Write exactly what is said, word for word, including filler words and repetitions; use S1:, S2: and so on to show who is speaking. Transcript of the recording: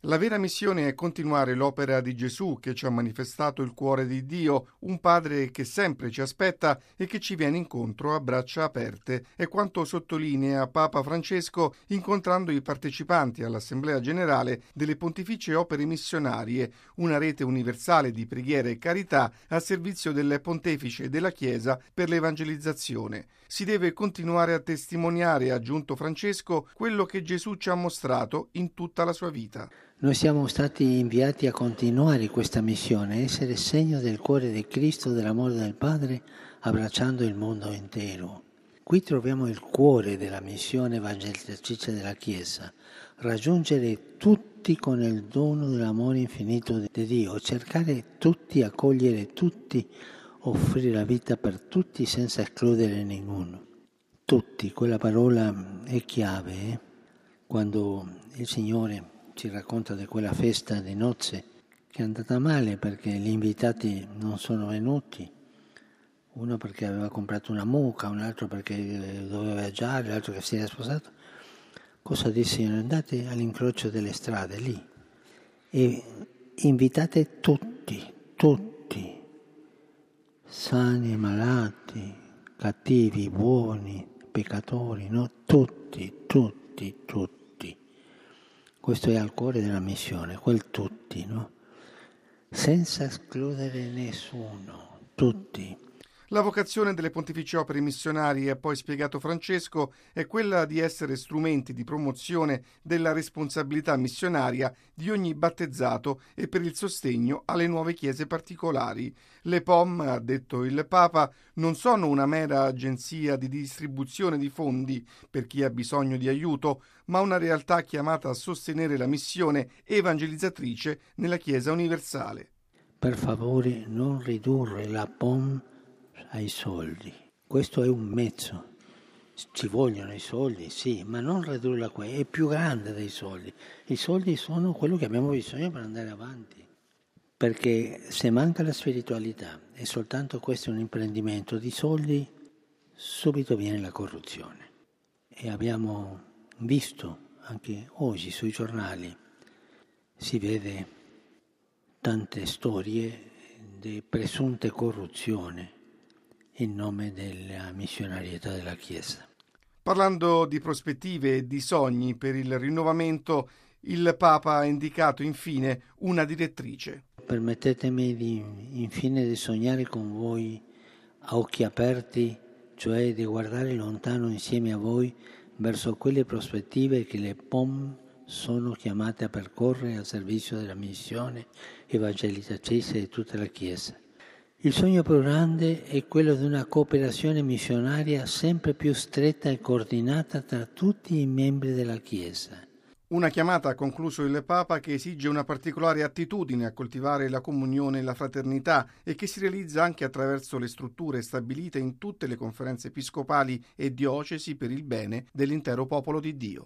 S1: La vera missione è continuare l'opera di Gesù che ci ha manifestato il cuore di Dio, un Padre che sempre ci aspetta e che ci viene incontro a braccia aperte. È quanto sottolinea Papa Francesco incontrando i partecipanti all'Assemblea Generale delle Pontificie Opere Missionarie, una rete universale di preghiera e carità a servizio del Pontefice e della Chiesa per l'evangelizzazione. Si deve continuare a testimoniare, ha aggiunto Francesco, quello che Gesù ci ha mostrato in tutta la sua vita.
S2: Noi siamo stati inviati a continuare questa missione, essere segno del cuore di Cristo, dell'amore del Padre, abbracciando il mondo intero. Qui troviamo il cuore della missione evangelizzatrice della Chiesa, raggiungere tutti con il dono dell'amore infinito di Dio, cercare tutti, accogliere tutti, offrire la vita per tutti senza escludere nessuno. Tutti, quella parola è chiave, eh? Quando il Signore ci racconta di quella festa di nozze che è andata male perché gli invitati non sono venuti, uno perché aveva comprato una mucca, un altro perché doveva viaggiare, l'altro che si era sposato. Cosa disse il Signore? Andate all'incrocio delle strade lì e invitate tutti, tutti, sani e malati, cattivi, buoni, peccatori, no? Tutti, tutti, tutti. Questo è al cuore della missione, quel tutti, no? Senza escludere nessuno, tutti.
S1: La vocazione delle Pontificie Opere Missionarie, ha poi spiegato Francesco, è quella di essere strumenti di promozione della responsabilità missionaria di ogni battezzato e per il sostegno alle nuove chiese particolari. Le P O M, ha detto il Papa, non sono una mera agenzia di distribuzione di fondi per chi ha bisogno di aiuto, ma una realtà chiamata a sostenere la missione evangelizzatrice nella Chiesa universale.
S2: Per favore non ridurre la P O M ai soldi. Questo è un mezzo. Ci vogliono i soldi, sì, ma non ridurla qua, è più grande dei soldi. I soldi sono quello che abbiamo bisogno per andare avanti. Perché se manca la spiritualità e soltanto questo è un imprendimento di soldi, subito viene la corruzione. E abbiamo visto anche oggi sui giornali, si vede tante storie di presunte corruzione in nome della missionarietà della Chiesa.
S1: Parlando di prospettive e di sogni per il rinnovamento, il Papa ha indicato infine una direttrice.
S2: Permettetemi di, infine di sognare con voi a occhi aperti, cioè di guardare lontano insieme a voi verso quelle prospettive che le P O M sono chiamate a percorrere al servizio della missione evangelizzatrice di tutta la Chiesa. Il sogno più grande è quello di una cooperazione missionaria sempre più stretta e coordinata tra tutti i membri della Chiesa.
S1: Una chiamata, ha concluso il Papa, che esige una particolare attitudine a coltivare la comunione e la fraternità e che si realizza anche attraverso le strutture stabilite in tutte le conferenze episcopali e diocesi per il bene dell'intero popolo di Dio.